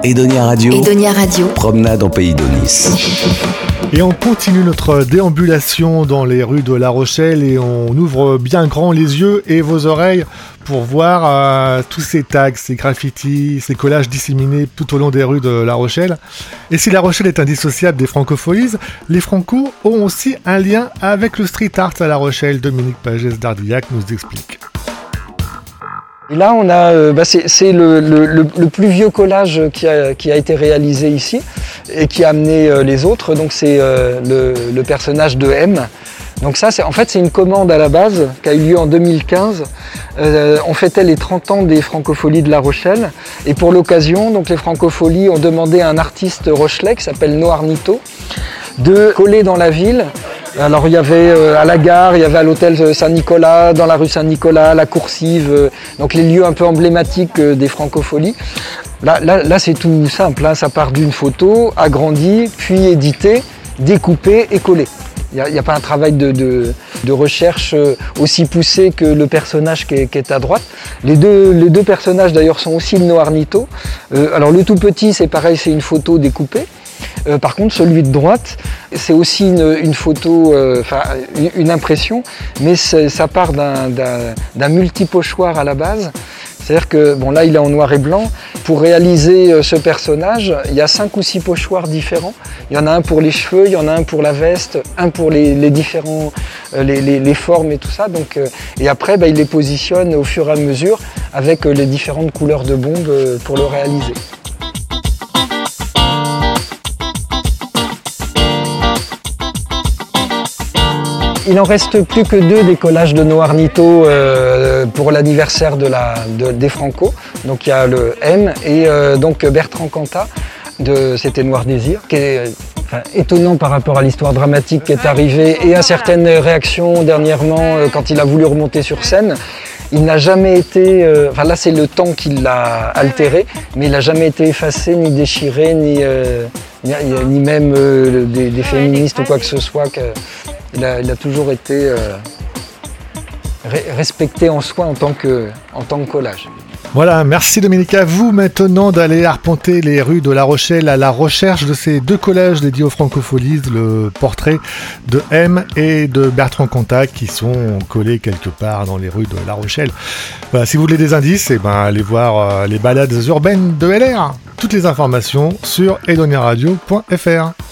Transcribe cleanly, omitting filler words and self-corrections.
Edonia Radio. Edonia Radio. Promenade en Pays d'Aunis. Et on continue notre déambulation dans les rues de La Rochelle et on ouvre bien grand les yeux et vos oreilles pour voir tous ces tags, ces graffitis, ces collages disséminés tout au long des rues de La Rochelle. Et si La Rochelle est indissociable des Francopholies, les Francos ont aussi un lien avec le street art à La Rochelle. Dominique Pagès d'Ardillac nous explique. Et là, on a, c'est le plus vieux collage qui a été réalisé ici et qui a amené les autres. Donc c'est le personnage de M. Donc ça, c'est une commande à la base qui a eu lieu en 2015. On fêtait les 30 ans des Francopholies de La Rochelle. Et pour l'occasion, donc les Francopholies ont demandé à un artiste rochelais qui s'appelle Noir Nito de coller dans la ville. Alors il y avait à la gare, il y avait à l'hôtel Saint-Nicolas, dans la rue Saint-Nicolas, la Coursive, donc les lieux un peu emblématiques des Francopholies. Là c'est tout simple, hein, ça part d'une photo, agrandie, puis éditée, découpée et collée. Il n'y a pas un travail de recherche aussi poussé que le personnage qui est à droite. Les deux personnages d'ailleurs sont aussi de Noir Nito. Alors le tout petit c'est pareil, c'est une photo découpée. Par contre, celui de droite, c'est aussi une photo, une impression, mais ça part d'un multipochoir à la base. C'est-à-dire que, bon là il est en noir et blanc, pour réaliser ce personnage, il y a 5 ou 6 pochoirs différents. Il y en a un pour les cheveux, il y en a un pour la veste, un pour les différents, les formes et tout ça. Donc, et après, il les positionne au fur et à mesure avec les différentes couleurs de bombes pour le réaliser. Il en reste plus que 2 des collages de Noir Nito pour l'anniversaire des Franco. Donc il y a le M et donc Bertrand Cantat, c'était Noir Désir, qui est étonnant par rapport à l'histoire dramatique qui est arrivée et à certaines réactions dernièrement quand il a voulu remonter sur scène. Il n'a jamais été, là c'est le temps qui l'a altéré, mais il n'a jamais été effacé, ni déchiré, ni même des féministes ou quoi que ce soit. Il a toujours été respecté en soi en tant que collage. Voilà, merci Dominique. À vous maintenant d'aller arpenter les rues de La Rochelle à la recherche de ces 2 collages dédiés aux Francopholies, le portrait de M et de Bertrand Cantat qui sont collés quelque part dans les rues de La Rochelle. Voilà, si vous voulez des indices, allez voir les balades urbaines de LR. Toutes les informations sur edoniaradio.fr.